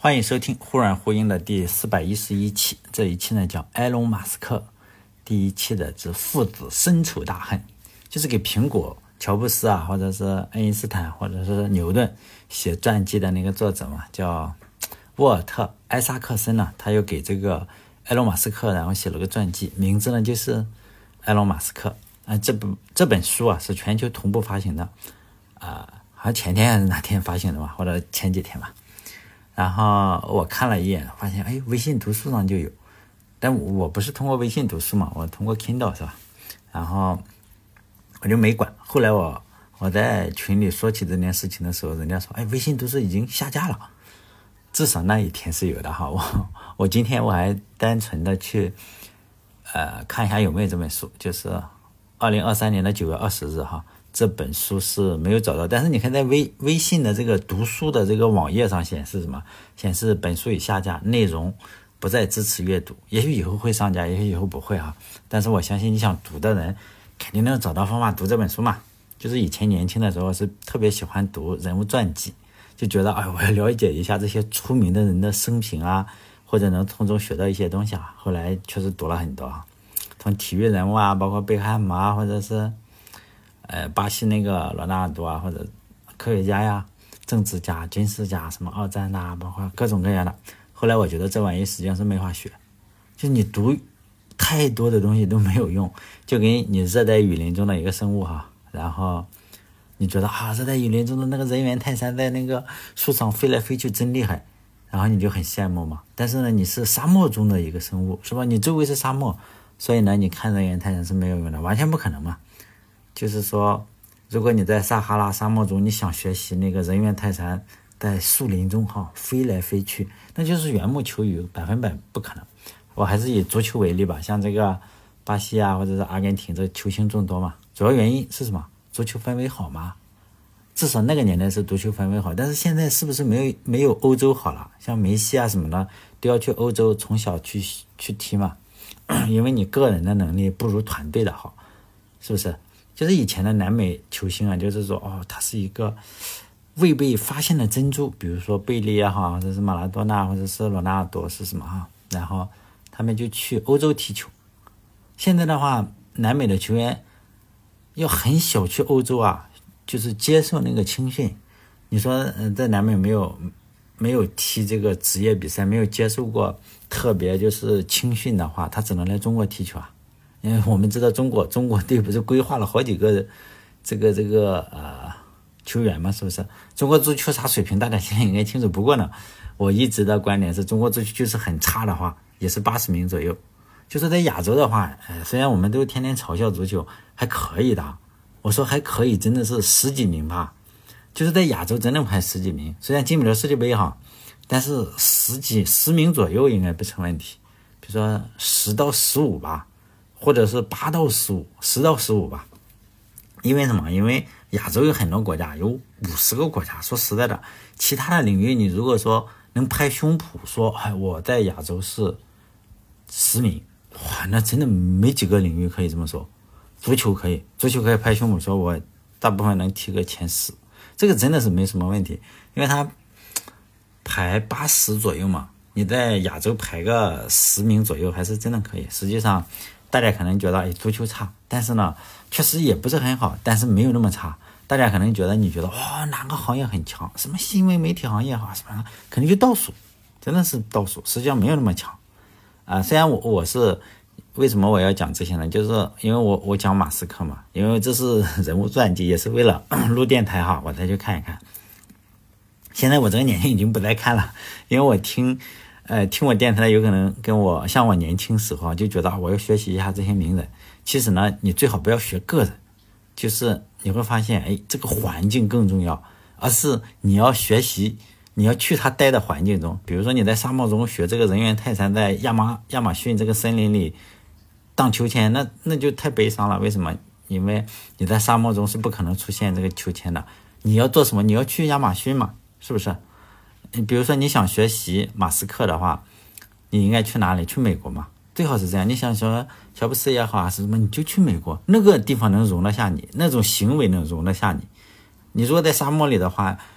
欢迎收听忽软忽硬的第411期。这一期呢叫埃隆马斯克，第一期的是父子深仇大恨，就是给苹果乔布斯啊，或者是爱因斯坦，或者是牛顿写传记的那个作者嘛，叫沃尔特·艾萨克森呢，他又给这个埃隆马斯克然后写了个传记，名字呢就是埃隆马斯克。这本书啊是全球同步发行的，好像前天还是哪天发行的吧，或者前几天吧。然后我看了一眼，发现微信读书上就有，但我不是通过微信读书嘛，我通过 Kindle 是吧？然后我就没管。后来我在群里说起这件事情的时候，人家说微信读书已经下架了，至少那一天是有的哈。我今天我还单纯的去看一下有没有这本书，就是2023年9月20日哈。这本书是没有找到，但是你看在微信的这个读书的这个网页上显示什么？显示本书已下架，内容不再支持阅读。也许以后会上架，也许以后不会哈。但是我相信你想读的人肯定能找到方法读这本书嘛。就是以前年轻的时候是特别喜欢读人物传记，就觉得我要了解一下这些出名的人的生平啊，或者能从中学到一些东西啊。后来确实读了很多啊，从体育人物啊，包括贝克汉姆啊，或者是巴西那个罗纳尔多啊，或者科学家呀、政治家、军事家，什么二战啊，包括各种各样的。后来我觉得这玩意实际上是没法学，就你读太多的东西都没有用，就跟你热带雨林中的一个生物哈，然后你觉得热带雨林中的那个人猿泰山在那个树上飞来飞去真厉害，然后你就很羡慕嘛。但是呢，你是沙漠中的一个生物，是吧？你周围是沙漠，所以呢，你看人猿泰山是没有用的，完全不可能嘛。就是说，如果你在撒哈拉沙漠中，你想学习那个人猿泰山在树林中飞来飞去，那就是缘木求鱼，100%不可能。我还是以足球为例吧，像这个巴西啊，或者是阿根廷，这球星众多嘛，主要原因是什么？足球氛围好吗？至少那个年代是足球氛围好，但是现在是不是没有欧洲好了？像梅西啊什么的都要去欧洲从小去踢嘛，因为你个人的能力不如团队的好，是不是？就是以前的南美球星啊，就是说他是一个未被发现的珍珠，比如说贝利啊或者是马拉多纳，或者是罗纳尔多是什么然后他们就去欧洲踢球。现在的话，南美的球员要很小去欧洲啊，就是接受那个青训。你说在南美没有踢这个职业比赛，没有接受过特别就是青训的话，他只能来中国踢球啊。因为我们知道中国队不是规划了好几个这个球员嘛，是不是？中国足球啥水平大家现在应该清楚。不过呢，我一直的观点是中国足球就是很差的话也是80名左右。就是在亚洲的话虽然我们都天天嘲笑足球，还可以的，我说还可以，真的是10几名吧，就是在亚洲真的排10几名，虽然进不了世界杯但是10名左右应该不成问题。比如说10到15吧，或者是8到15 10到15吧。因为什么？因为亚洲有很多国家，有50个国家，说实在的，其他的领域你如果说能拍胸脯说我在亚洲是10名，那真的没几个领域可以这么说。足球可以拍胸脯说我大部分能踢个前10，这个真的是没什么问题，因为他排80左右嘛，你在亚洲排个10名左右还是真的可以。实际上大家可能觉得足球差，但是呢确实也不是很好，但是没有那么差。大家可能觉得哪个行业很强，什么新闻媒体行业什么可能就倒数，真的是倒数，实际上没有那么强虽然我是为什么我要讲这些呢？就是因为我讲马斯克嘛，因为这是人物传记，也是为了录电台我再去看一看。现在我这个年龄已经不再看了，因为我听我电台的有可能像我年轻时候就觉得我要学习一下这些名人。其实呢，你最好不要学个人，就是你会发现这个环境更重要，而是你要学习，你要去他待的环境中。比如说你在沙漠中学这个人猿泰山在亚马逊这个森林里荡秋千，那就太悲伤了。为什么？因为你在沙漠中是不可能出现这个秋千的。你要做什么？你要去亚马逊嘛，是不是？比如说你想学习马斯克的话，你应该去哪里？去美国嘛，最好是这样。你想说乔布斯也好是什么，你就去美国，那个地方能容得下你，那种行为能容得下你。你如果在沙漠里的话，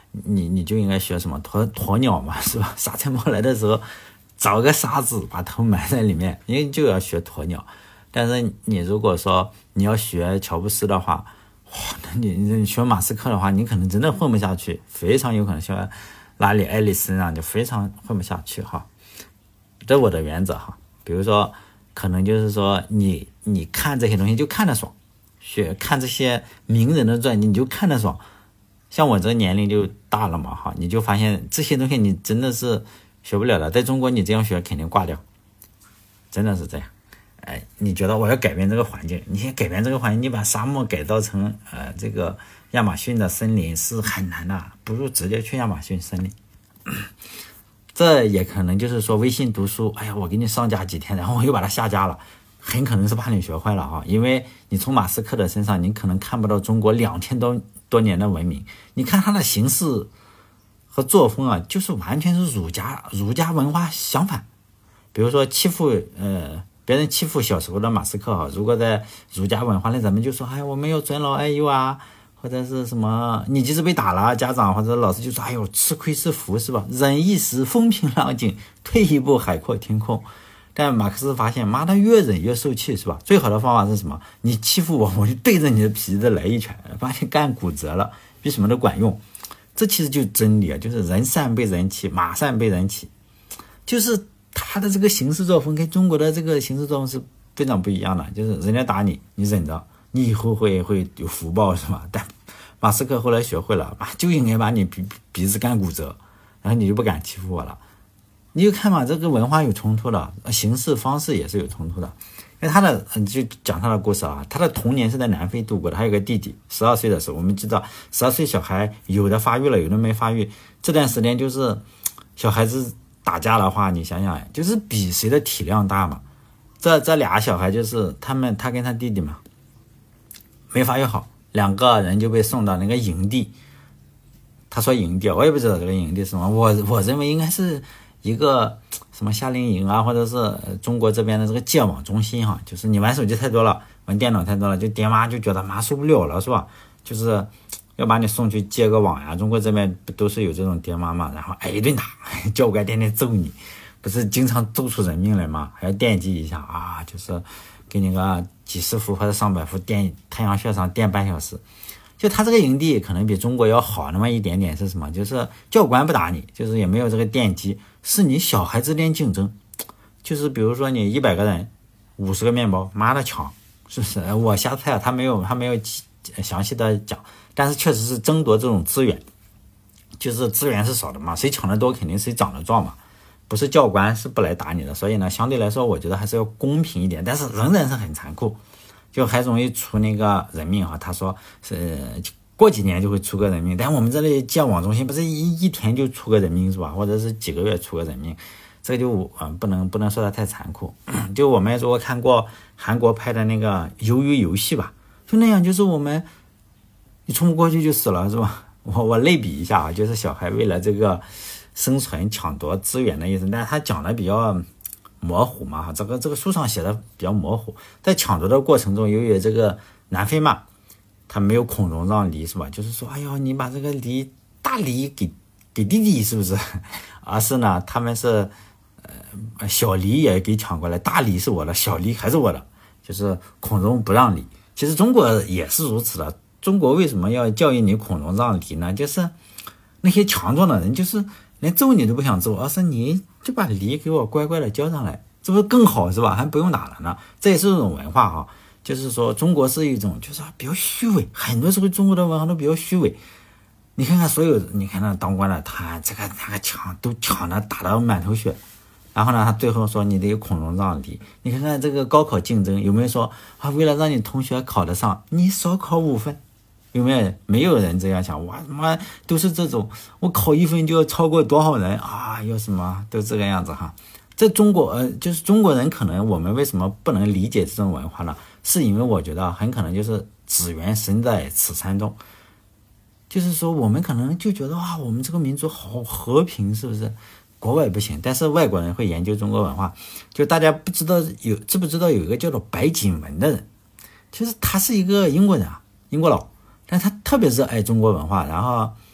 你就应该学什么鸵鸟嘛，是吧？沙尘暴来的时候，找个沙子把头埋在里面，因为就要学鸵鸟。但是你如果说你要学乔布斯的话，哇，那你学马斯克的话，你可能真的混不下去，非常有可能学拉里·埃里森啊，就非常混不下去哈。这是我的原则哈。比如说，可能就是说你看这些东西就看得爽，看这些名人的传记你就看得爽。像我这年龄就大了嘛哈，你就发现这些东西你真的是学不了的，在中国你这样学肯定挂掉，真的是这样。你觉得我要改变这个环境，你先改变这个环境，你把沙漠改造成这个亚马逊的森林是很难的，不如直接去亚马逊森林。这也可能就是说微信读书，哎呀，我给你上架几天，然后我又把它下架了，很可能是把你学坏了哈，因为你从马斯克的身上，你可能看不到中国2000多年的文明，你看他的形式和作风啊，就是完全是儒家文化相反。比如说别人欺负小时候的马斯克哈，如果在儒家文化里，咱们就说，哎，我们要尊老爱幼啊，或者是什么，你即使被打了，家长或者老师就说，哎呦，吃亏是福是吧？忍一时风平浪静，退一步海阔天空。但马克思发现，妈的，越忍越受气是吧？最好的方法是什么？你欺负我，我就对着你的皮子来一拳，把你干骨折了，比什么都管用。这其实就是真理啊，就是人善被人欺，马善被人骑，就是他的这个行事作风跟中国的这个行事作风是非常不一样的。就是人家打你，你忍着，你以后会有福报是吧？但马斯克后来学会了，就应该把你鼻子干骨折，然后你就不敢欺负我了。你就看嘛，这个文化有冲突的，行事方式也是有冲突的。因为就讲他的故事啊，他的童年是在南非度过的，还有个弟弟，12岁的时候，我们知道12岁小孩有的发育了，有的没发育，这段时间就是小孩子打架的话，你想想，就是比谁的体量大嘛。这俩小孩就是他跟他弟弟嘛，没发育好，2个人就被送到那个营地。他说营地，我也不知道这个营地是什么，我认为应该是一个什么夏令营啊，或者是中国这边的这个戒网中心哈，就是你玩手机太多了，玩电脑太多了，就爹妈就觉得妈受不了了是吧？就是要把你送去戒个网呀。中国这边都是有这种爹妈嘛，然后一顿打，教官天天揍你，不是经常揍出人命来吗？还要电击一下啊，就是给你个几十伏或者上百伏电太阳穴上电半小时。就他这个营地可能比中国要好那么一点点，是什么？就是教官不打你，就是也没有这个电击，是你小孩之间竞争。就是比如说你100个人50个面包，妈的抢，是不是？我瞎猜啊，他没有详细的讲，但是确实是争夺这种资源，就是资源是少的嘛，谁抢得多肯定谁长得壮嘛，不是教官是不来打你的。所以呢，相对来说我觉得还是要公平一点，但是仍然是很残酷，就还容易出那个人命啊。他说是过几年就会出个人命，但我们这里戒网中心不是一天就出个人命是吧？或者是几个月出个人命，这个就不能说的太残酷。就我们如果看过韩国拍的那个鱿鱼游戏吧，就那样，就是你冲不过去就死了是吧？我类比一下啊，就是小孩为了这个生存抢夺资源的意思，但是他讲的比较模糊嘛，这个书上写的比较模糊。在抢夺的过程中，由于这个南非嘛，他没有孔融让梨是吧？就是说，哎呦，你把这个大梨给弟弟是不是？而是呢，他们是小梨也给抢过来，大梨是我的，小梨还是我的，就是孔融不让梨。其实中国也是如此的。中国为什么要教育你孔融让梨呢？就是那些强壮的人，就是连揍你都不想揍，而是你就把梨给我乖乖的交上来，这不是更好是吧？还不用打了呢。这也是一种文化哈，就是说中国是一种就是比较虚伪，很多时候中国的文化都比较虚伪。你看看你看那当官的，他这个那个抢都抢的打得满头血，然后呢，他最后说你得孔融让梨。你看看这个高考竞争有没有说为了让你同学考得上，你少考5分？有没有？没有人这样想，哇他妈都是这种，我考1分就要超过多少人啊？有什么都这个样子哈。在中国就是中国人可能我们为什么不能理解这种文化呢？是因为我觉得很可能就是子源身在此山中，就是说我们可能就觉得我们这个民族好和平，是不是？国外不行，但是外国人会研究中国文化。就大家知不知道有一个叫做白锦文的人，其实他是一个英国人啊，英国佬。但他特别是爱中国文化，然后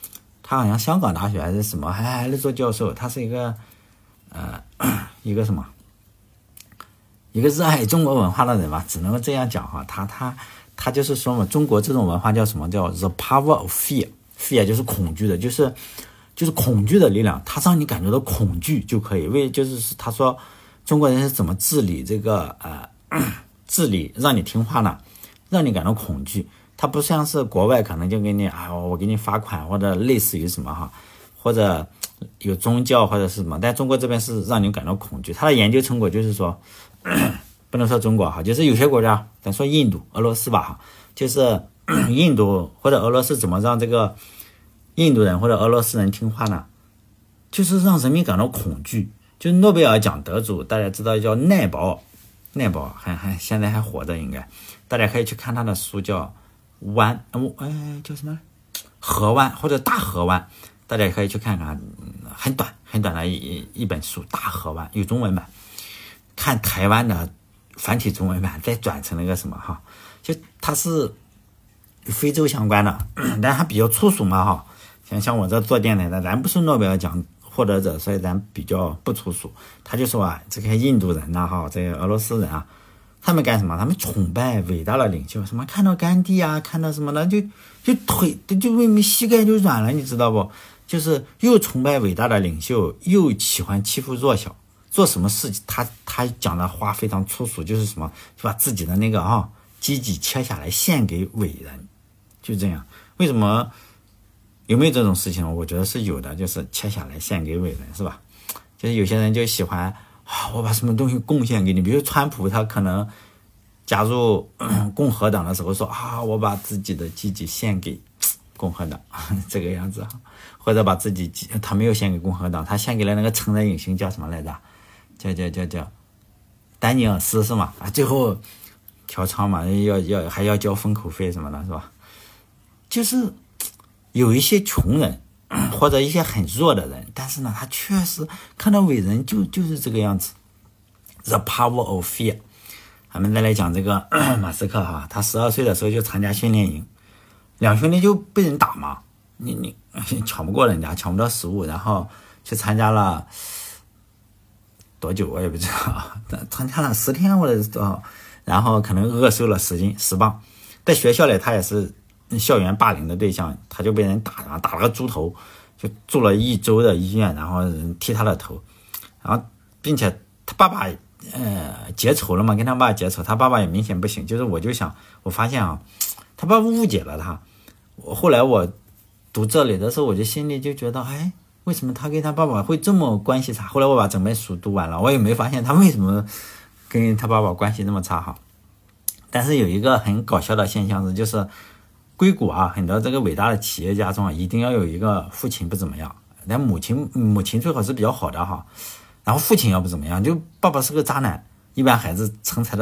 他好像香港大学还是什么还在做教授，他是一个一个什么一个热爱中国文化的人吧，只能够这样讲哈。他就是说嘛，中国这种文化叫什么，叫 the power of fear 就是恐惧的，就是恐惧的力量，它让你感觉到恐惧就可以。就是他说中国人是怎么治理这个治理让你听话呢？让你感到恐惧。它不像是国外可能就给你我给你罚款或者类似于什么哈，或者有宗教或者是什么，但中国这边是让你感到恐惧。他的研究成果就是说不能说中国哈，就是有些国家，咱说印度、俄罗斯吧哈，就是印度或者俄罗斯怎么让这个印度人或者俄罗斯人听话呢？就是让人民感到恐惧。就是诺贝尔奖得主，大家知道叫奈保，现在还活着，应该大家可以去看他的书，叫叫什么河湾或者大河湾，大家可以去看看，很短的一本书，大河湾有中文版，看台湾的繁体中文版再转成那个什么哈，就它是非洲相关的，但它比较粗俗嘛哈，像我这做电台的，咱不是诺贝尔奖获得者，所以咱比较不粗俗。他就说这个印度人哈，这个俄罗斯人他们干什么？他们崇拜伟大的领袖，什么看到甘地看到什么的，就膝盖就软了，你知道不？就是又崇拜伟大的领袖，又喜欢欺负弱小。做什么事情，他讲的话非常粗俗，就是什么，就把自己的那个鸡鸡切下来献给伟人，就这样。为什么？有没有这种事情？我觉得是有的，就是切下来献给伟人，是吧？就是有些人就喜欢我把什么东西贡献给你，比如川普，他可能加入共和党的时候说我把自己的鸡鸡献给共和党，这个样子，或者把自己他没有献给共和党，他献给了那个成人影星叫什么来着？叫丹尼尔斯是吗？最后调仓嘛，还要交封口费什么的，是吧？就是有一些穷人或者一些很弱的人，但是呢，他确实看到伟人就是这个样子。The power of fear。咱们再来讲这个马斯克哈，他12岁的时候就参加训练营，两兄弟就被人打嘛，你抢不过人家，抢不到食物，然后去参加了多久我也不知道，参加了10天或者是多少，然后可能饿瘦了10磅，在学校里他也是校园霸凌的对象，他就被人打了个猪头，就住了1周的医院，然后人踢他的头，然后并且他爸爸结仇了嘛，跟他爸结仇，他爸爸也明显不行，就是我发现他爸爸误解了他。后来我读这里的时候，我就心里就觉得为什么他跟他爸爸会这么关系差？后来我把整本书读完了，我也没发现他为什么跟他爸爸关系那么差哈。但是有一个很搞笑的现象是，就是硅谷很多这个伟大的企业家中一定要有一个父亲不怎么样，但母亲最好是比较好的哈，然后父亲要不怎么样，就爸爸是个渣男，一般孩子成才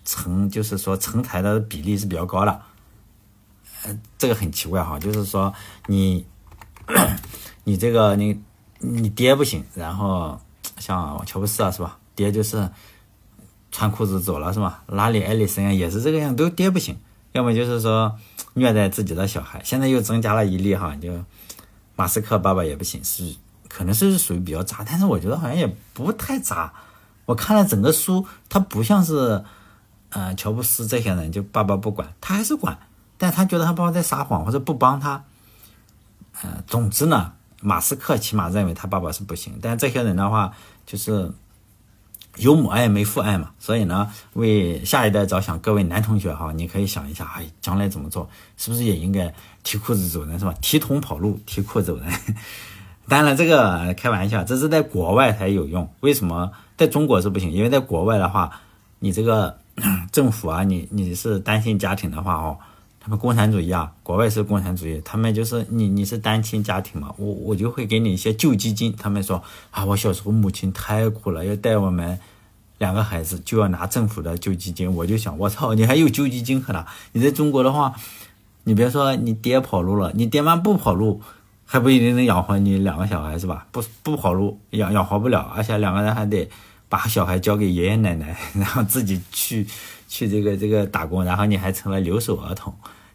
的比例是比较高的。这个很奇怪哈，就是说你这个你爹不行，然后像乔布斯是吧，爹就是穿裤子走了是吧，拉里·艾利森也是这个样，都爹不行，要么就是说虐待自己的小孩，现在又增加了一例哈，就马斯克爸爸也不行，可能是属于比较渣，但是我觉得好像也不太渣。我看了整个书，他不像是乔布斯这些人，就爸爸不管，他还是管，但他觉得他爸爸在撒谎或者不帮他。总之呢，马斯克起码认为他爸爸是不行，但这些人的话就是有母爱没父爱嘛，所以呢，为下一代着想，各位男同学哈，你可以想一下，将来怎么做，是不是也应该提裤子走人是吧？提桶跑路，提裤走人。当然这个开玩笑，这是在国外才有用，为什么在中国是不行？因为在国外的话，你这个政府你是单亲家庭的话他们共产主义国外是共产主义，他们就是你是单亲家庭嘛，我就会给你一些救济金。他们说我小时候母亲太苦了，要带我们2个孩子，就要拿政府的救济金。我就想，我操，你还有救济金可拿？你在中国的话，你别说你爹跑路了，你爹妈不跑路，还不一定能养活你2个小孩是吧？不跑路养活不了，而且2个人还得把小孩交给爷爷奶奶，然后自己去这个打工，然后你还成了留守儿童。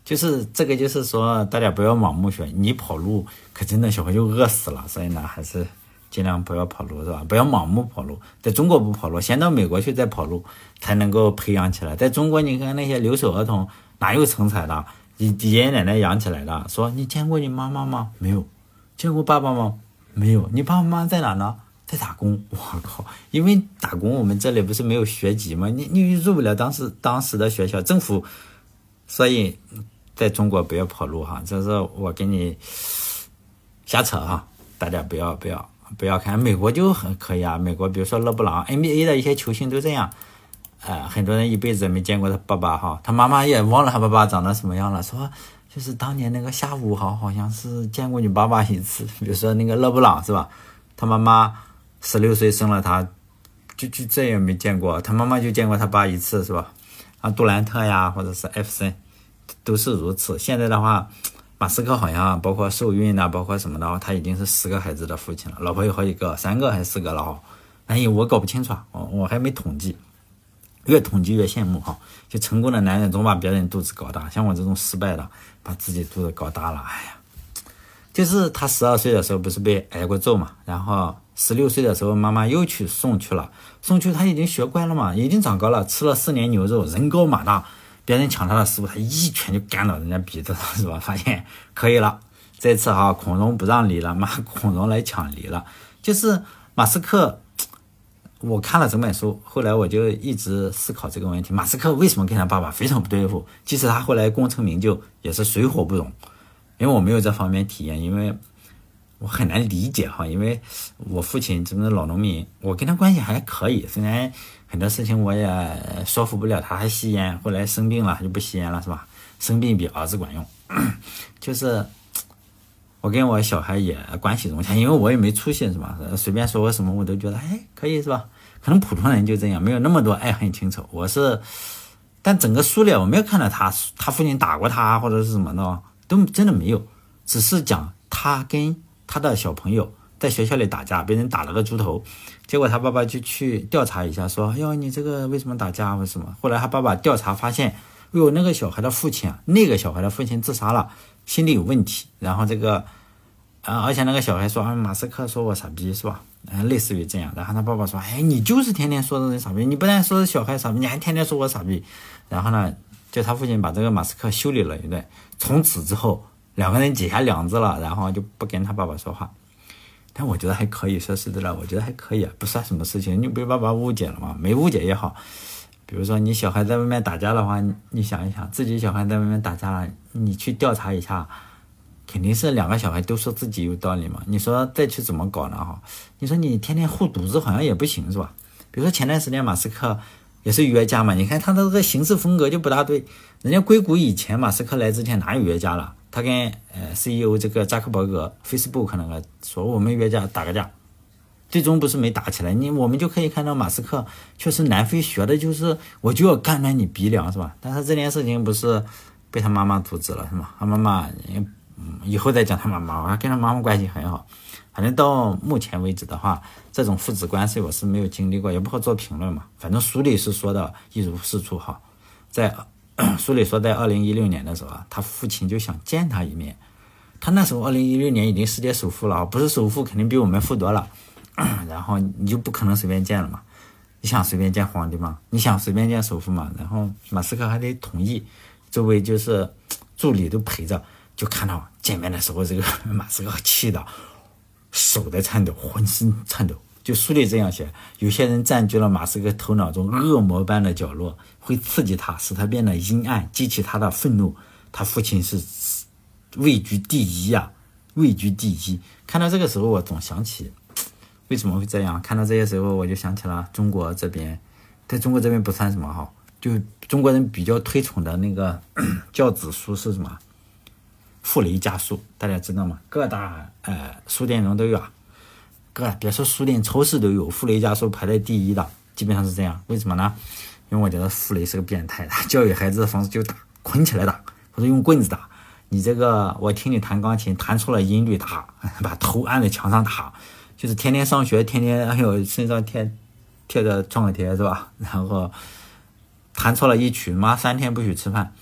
就是这个，就是说大家不要盲目学，你跑路可真的小孩就饿死了，所以呢还是尽量不要跑路，是吧？不要盲目跑路，在中国不跑路，先到美国去再跑路，才能够培养起来。在中国你看那些留守儿童哪有成才的，爷爷奶奶养起来的，说你见过你妈妈吗？没有。见过爸爸吗？没有。你爸爸妈妈在哪呢？在打工。我靠，因为打工我们这里不是没有学籍吗？你入不了当时的学校，政府，所以在中国不要跑路哈，这是我给你瞎扯哈，大家不要看。美国就很可以啊，美国比如说勒布朗 NBA 的一些球星都这样，很多人一辈子没见过他爸爸哈，他妈妈也忘了他爸爸长得什么样了，说就是当年那个下午好像是见过你爸爸一次，比如说那个勒布朗是吧，他妈妈16岁生了他，就再也没见过，他妈妈就见过他爸一次是吧？杜兰特呀或者是艾弗森都是如此。现在的话马斯克好像包括受孕包括什么的，他已经是10个孩子的父亲了，老婆有好几个，3个还是4个了我搞不清楚我还没统计，越统计越羡慕哈。就成功的男人总把别人肚子搞大，像我这种失败的把自己肚子搞大了，就是他12岁的时候不是被挨过揍嘛，然后16岁的时候妈妈又去送去他已经学乖了嘛，已经长高了，吃了4年牛肉，人高马大，别人抢他的食物他一拳就干到人家鼻子上是吧？发现可以了，这次孔融不让梨了，孔融来抢梨了。就是马斯克，我看了整本书，后来我就一直思考这个问题，马斯克为什么跟他爸爸非常不对付？即使他后来功成名就也是水火不容，因为我没有这方面体验，因为我很难理解因为我父亲真的老农民，我跟他关系还可以，虽然很多事情我也说服不了他，还吸烟，后来生病了就不吸烟了是吧？生病比儿子管用。就是我跟我小孩也关系融洽，因为我也没出息是吧？随便说我什么我都觉得可以是吧？可能普通人就这样，没有那么多爱恨情仇。但整个书里我没有看到他父亲打过他或者是什么的，都真的没有，只是讲他跟他的小朋友在学校里打架，被人打了个猪头，结果他爸爸就去调查一下，说你这个为什么打架或什么？后来他爸爸调查发现，那个小孩的父亲自杀了，心理有问题。然后而且那个小孩说马斯克说我傻逼是吧？类似于这样。然后他爸爸说你就是天天说人傻逼，你不但说小孩傻逼，你还天天说我傻逼。然后呢，就他父亲把这个马斯克修理了一顿，从此之后2个人结下梁子了，然后就不跟他爸爸说话。但我觉得还可以，说实在的，我觉得还可以不算什么事情。你被爸爸误解了嘛？没误解也好。比如说你小孩在外面打架的话，你想一想，自己小孩在外面打架了，你去调查一下，肯定是2个小孩都说自己有道理嘛。你说再去怎么搞呢？你说你天天护犊子好像也不行是吧？比如说前段时间马斯克也是约架嘛，你看他的这个行事风格就不大对。人家硅谷以前马斯克来之前哪有约架了？他跟CEO 这个扎克伯格 Facebook 那个说我们约架打个架，最终不是没打起来。我们就可以看到马斯克确实南非学的就是我就要干断你鼻梁是吧？但是这件事情不是被他妈妈阻止了是吗？他妈妈以后再讲他妈妈，我跟他妈妈关系很好。反正到目前为止的话，这种父子关系我是没有经历过，也不好做评论嘛。反正书里是说的一如是处在书里说在2016年的时候他父亲就想见他一面。他那时候2016年已经世界首富了，不是首富肯定比我们富多了，然后你就不可能随便见了嘛。你想随便见皇帝吗？你想随便见首富吗？然后马斯克还得同意，周围就是助理都陪着，就看到见面的时候这个马斯克气的手在颤抖，浑身颤抖。就书里这样写，有些人占据了马斯克头脑中恶魔般的角落，会刺激他，使他变得阴暗，激起他的愤怒。他父亲是位居第一位居第一。看到这个时候我总想起为什么会这样，看到这些时候我就想起了中国这边，在中国这边不算什么就中国人比较推崇的那个教子书是什么？傅雷家书，大家知道吗？各大书店中都有别说书店，超市都有，傅雷家书排在第一的，基本上是这样。为什么呢？因为我觉得傅雷是个变态，他教育孩子的方式就打，捆起来打，或者用棍子打。你这个我听你弹钢琴，弹出了音律打，把头按在墙上打，就是天天上学，天天身上贴着创可贴是吧？然后弹错了一曲，妈3天不许吃饭。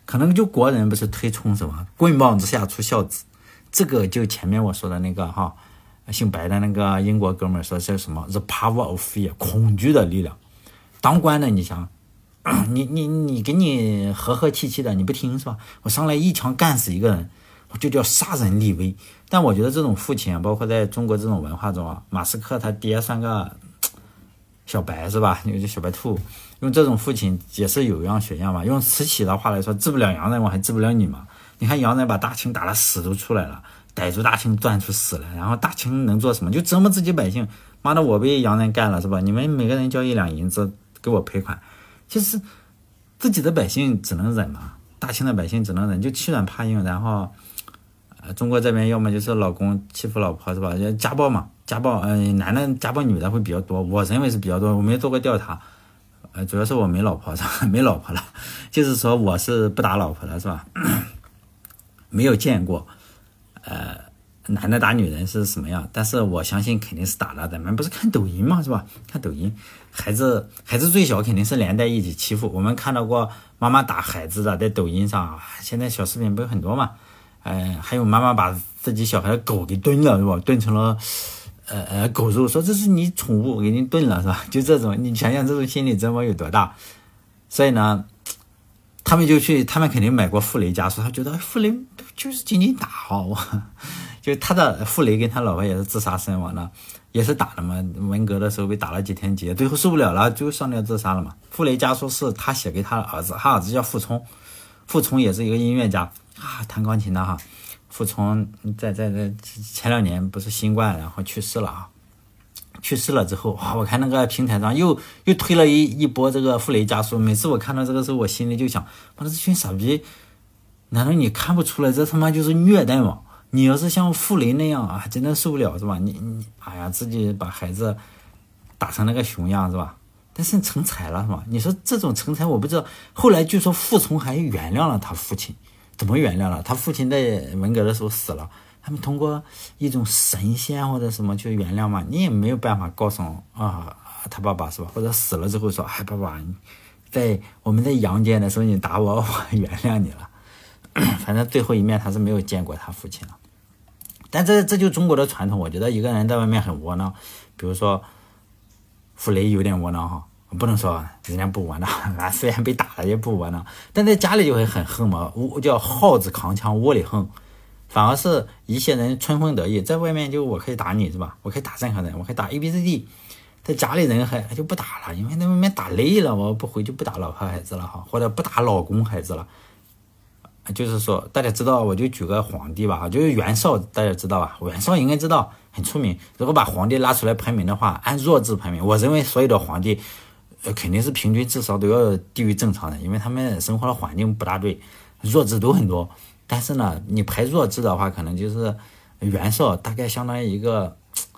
可能就国人不是推崇什么棍棒之下出孝子，这个就前面我说的那个姓白的那个英国哥们儿说是什么 the power of fear 恐惧的力量。当官的你想，你给你和和气气的，你不听是吧？我上来一枪干死一个人，我就叫杀人立威。但我觉得这种父亲包括在中国这种文化中马斯克他爹算个小白是吧？有小白兔，用这种父亲也是有样学样嘛。用慈禧的话来说，治不了洋人，我还治不了你嘛。你看洋人把大清打了屎都出来了，逮住大清断出屎来，然后大清能做什么？就折磨自己百姓。妈的，我被洋人干了是吧？你们每个人交1两银子给我赔款，就是自己的百姓只能忍嘛，大清的百姓只能忍，就欺软怕硬。然后中国这边要么就是老公欺负老婆是吧？家暴嘛，家暴男的家暴女的会比较多，我认为是比较多。我没做过调查，主要是我没老婆是吧？没老婆了，就是说我是不打老婆的是吧？没有见过男的打女人是什么样，但是我相信肯定是打的。咱们不是看抖音嘛是吧？看抖音，孩子最小肯定是连带一起欺负。我们看到过妈妈打孩子的，在抖音上，现在小视频不是很多嘛？还有妈妈把自己小孩的狗给炖了是吧？炖成了狗肉，说这是你宠物，我给你炖了是吧？就这种，你想想这种心理折磨有多大。所以呢，他们肯定买过傅雷家书，他觉得傅雷就是经常打我。就他的傅雷跟他老婆也是自杀身亡的，也是打的嘛。文革的时候被打了几天劫，最后受不了了，就上吊自杀了嘛。傅雷家书是他写给他的儿子，他儿子叫傅聪，傅聪也是一个音乐家弹钢琴的傅聪在前2年不是新冠然后去世了去世了之后我看那个平台上又推了一波这个傅雷家书。每次我看到这个时候，我心里就想，妈的，这群傻逼，难道你看不出来这他妈就是虐待吗？你要是像傅雷那样真的受不了是吧？你自己把孩子打成那个熊样是吧？但是成才了是吧？你说这种成才我不知道。后来据说傅聪还原谅了他父亲，怎么原谅了？他父亲在文革的时候死了，他们通过一种神仙或者什么去原谅嘛？你也没有办法告诉他爸爸是吧？或者死了之后说，爸爸，我们在阳间的时候你打我，我原谅你了。反正最后一面他是没有见过他父亲了。但这就中国的传统，我觉得一个人在外面很窝囊，比如说傅雷有点窝囊不能说人家不窝囊，虽然被打了也不窝囊，但在家里就会很横嘛，叫耗子扛枪窝里横。反而是一些人春风得意，在外面就我可以打你是吧？我可以打任何人，我可以打 ABCD， 在家里人还就不打了，因为在外面打累了，我不回去不打老婆孩子了或者不打老公孩子了。就是说大家知道，我就举个皇帝吧，就是袁绍，大家知道吧？袁绍应该知道，很出名。如果把皇帝拉出来排名的话，按弱智排名，我认为所有的皇帝肯定是平均智商都要低于正常人，因为他们生活的环境不大对，弱智都很多。但是呢，你排弱智的话，可能就是袁绍大概相当于一个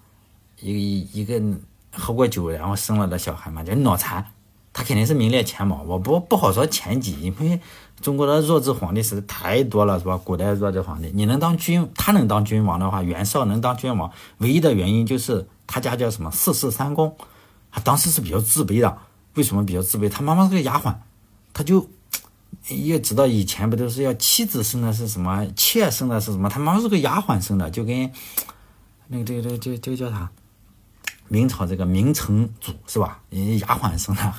喝过酒然后生了的小孩嘛，就脑残，他肯定是名列前茅。我不好说前几，因为中国的弱智皇帝实在太多了，是吧？古代弱智皇帝，他能当君王的话，袁绍能当君王，唯一的原因就是他家叫什么四世三公，他当时是比较自卑的。为什么比较自卑？他妈妈是个丫鬟，他就也知道以前不都是要妻子生的是什么，妾生的是什么，他妈妈是个丫鬟生的，就跟那个这个叫啥？明朝这个明成祖是吧？丫鬟生的。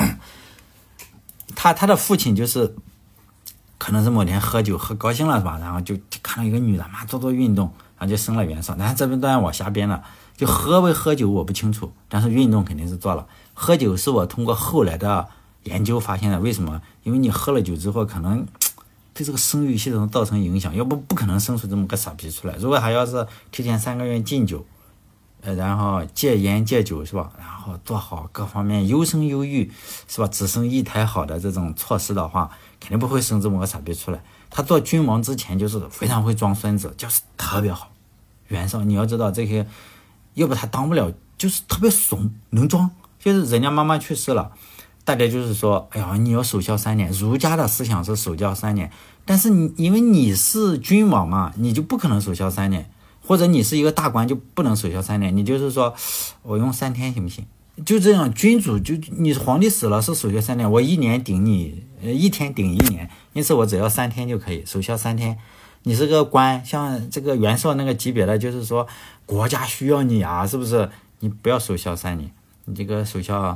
他的父亲就是可能是某天喝酒喝高兴了是吧？然后就看到一个女的做运动，然后就生了袁绍。但是这边当然我瞎编了，就喝不喝酒我不清楚，但是运动肯定是做了。喝酒是我通过后来的研究发现的。为什么？因为你喝了酒之后可能对这个生育系统造成影响，要不可能生出这么个傻逼出来。如果还要是提前3个月禁酒，然后戒烟戒酒是吧？然后做好各方面优生优育是吧？只生一胎好的这种措施的话，肯定不会生这么个傻逼出来。他做君王之前就是非常会装孙子，就是特别好。袁绍你要知道这些，要不他当不了，就是特别怂能装。就是人家妈妈去世了，大家就是说，哎呀，你要守孝3年。儒家的思想是守孝3年，但是因为你是君王嘛，你就不可能守孝3年。或者你是一个大官就不能守孝3年，你就是说我用3天行不行？ 就这样，君主就你皇帝死了是守孝3年，我1年顶你1天顶1年，因此我只要3天就可以守孝3天。你是个官，像这个袁绍那个级别的，就是说国家需要你啊，是不是？你不要守孝3年，你这个守孝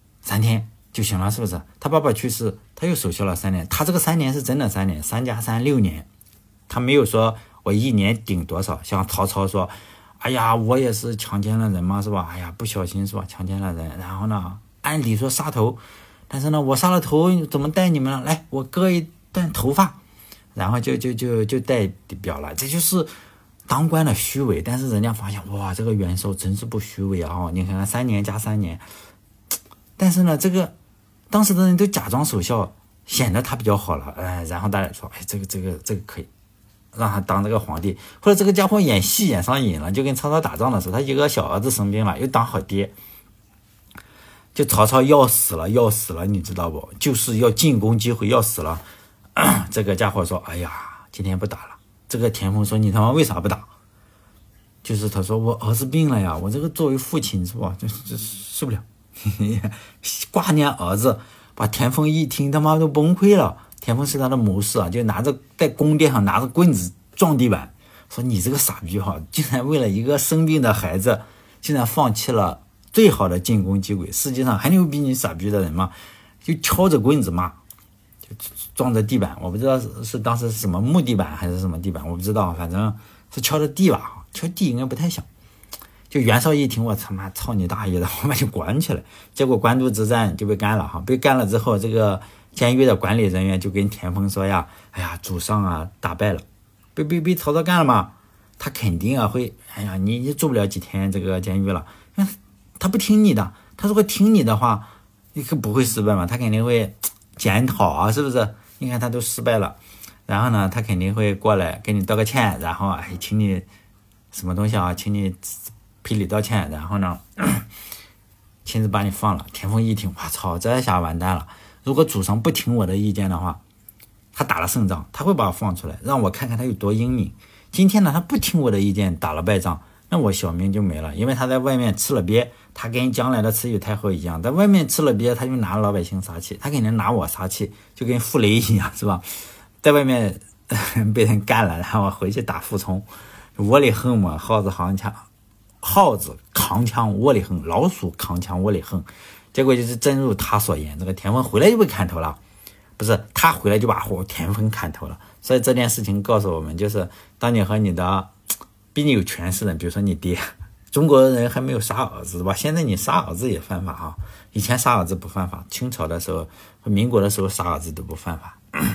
3天就行了，是不是？他爸爸去世，他又守孝了3年，他这个3年是真的3年，3加3 6年，他没有说我1年顶多少，像曹操说，哎呀，我也是强奸了人嘛，是吧？哎呀，不小心是吧，强奸了人，然后呢，按理说杀头，但是呢，我杀了头怎么带你们了？来，我割一段头发，然后就代表了，这就是当官的虚伪。但是人家发现，哇，这个袁绍真是不虚伪啊！你看看3年加3年，但是呢，这个当时的人都假装守孝，显得他比较好了，然后大家说，哎，这个可以。让他当这个皇帝，或者这个家伙演戏演上瘾了，就跟曹操打仗的时候，他一个小儿子生病了，又当好爹，就曹操要死了，你知道不？就是要进攻机会要死了，这个家伙说，哎呀，今天不打了。这个田丰说，你他妈为啥不打？就是他说我儿子病了呀，我这个作为父亲是吧，这受不了，挂念儿子，把田丰一听他妈都崩溃了。田丰是他的谋士啊，就拿着在宫殿上拿着棍子撞地板，说你这个傻逼哈，竟然为了一个生病的孩子，竟然放弃了最好的进攻机会，世界上还有比你傻逼的人吗？就敲着棍子骂，就撞着地板，我不知道是当时是什么木地板还是什么地板，我不知道，反正是敲着地吧，敲地应该不太响。就袁绍一听，我他妈操你大爷的，我把你关起来。结果官渡之战就被干了哈，被干了之后，这个监狱的管理人员就跟田丰说呀，哎呀，主上啊打败了，被曹操干了嘛，他肯定啊会，哎呀，你住不了几天这个监狱了，他不听你的，他如果听你的话，你可不会失败嘛，他肯定会检讨啊，是不是？你看他都失败了，然后呢，他肯定会过来给你道个歉，然后哎，请你什么东西啊，请你赔礼道歉，然后呢，亲自把你放了。田丰一听，我操，这下完蛋了。如果主上不听我的意见的话，他打了胜仗，他会把我放出来，让我看看他有多英明。今天呢，他不听我的意见，打了败仗，那我小命就没了。因为他在外面吃了鳖，他跟将来的慈禧太后一样，在外面吃了鳖，他就拿老百姓撒气，他肯定拿我撒气，就跟傅雷一样，是吧？在外面被人干了，然后回去打傅聪，窝里横嘛，耗子扛枪窝里横，老鼠扛枪窝里横，结果就是真如他所言，这个田丰回来就被砍头了，不是他回来就把田丰砍头了。所以这件事情告诉我们，就是当你和你的比你有权势的人，比如说你爹，中国人还没有杀儿子吧？现在你杀儿子也犯法啊，以前杀儿子不犯法，清朝的时候和民国的时候杀儿子都不犯法。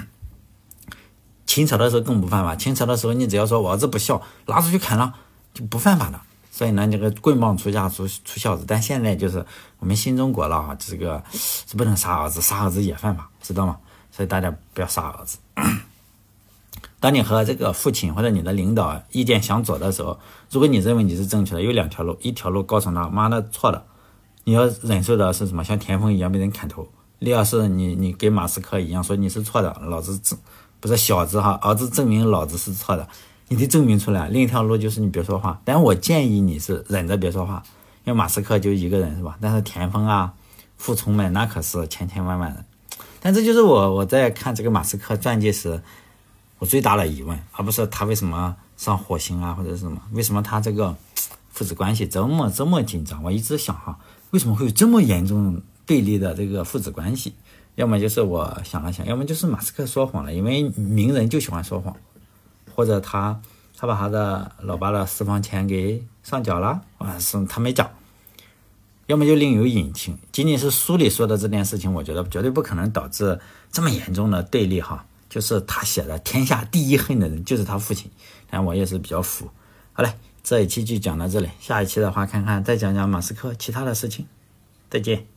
清朝的时候更不犯法，清朝的时候你只要说我儿子不孝，拉出去砍了就不犯法的。所以呢，这个棍棒出家出孝子，但现在就是我们新中国了啊，这个是不能杀儿子，杀儿子也犯法，知道吗？所以大家不要杀儿子。当你和这个父亲或者你的领导意见相左的时候，如果你认为你是正确的，有2条路，一条路告诉他妈的错的，你要忍受的是什么？像田丰一样被人砍头。第二是你跟马斯克一样说你是错的，老子不是小子哈，儿子证明老子是错的，你得证明出来。另一条路就是你别说话，但我建议你是忍着别说话，因为马斯克就一个人是吧？但是田丰啊、傅聪们那可是千千万万人。但这就是我在看这个马斯克传记时，我最大的疑问，而不是他为什么上火星啊，或者是什么？为什么他这个父子关系这么紧张？我一直想哈，为什么会有这么严重对立的这个父子关系？要么就是我想了想，要么就是马斯克说谎了，因为名人就喜欢说谎，或者他把他的老爸的私房钱给上缴了，是他没缴。要么就另有隐情，仅仅是书里说的这件事情，我觉得绝对不可能导致这么严重的对立哈。就是他写的天下第一恨的人就是他父亲，但我也是比较服。好嘞，这一期就讲到这里，下一期的话看看再讲讲马斯克其他的事情，再见。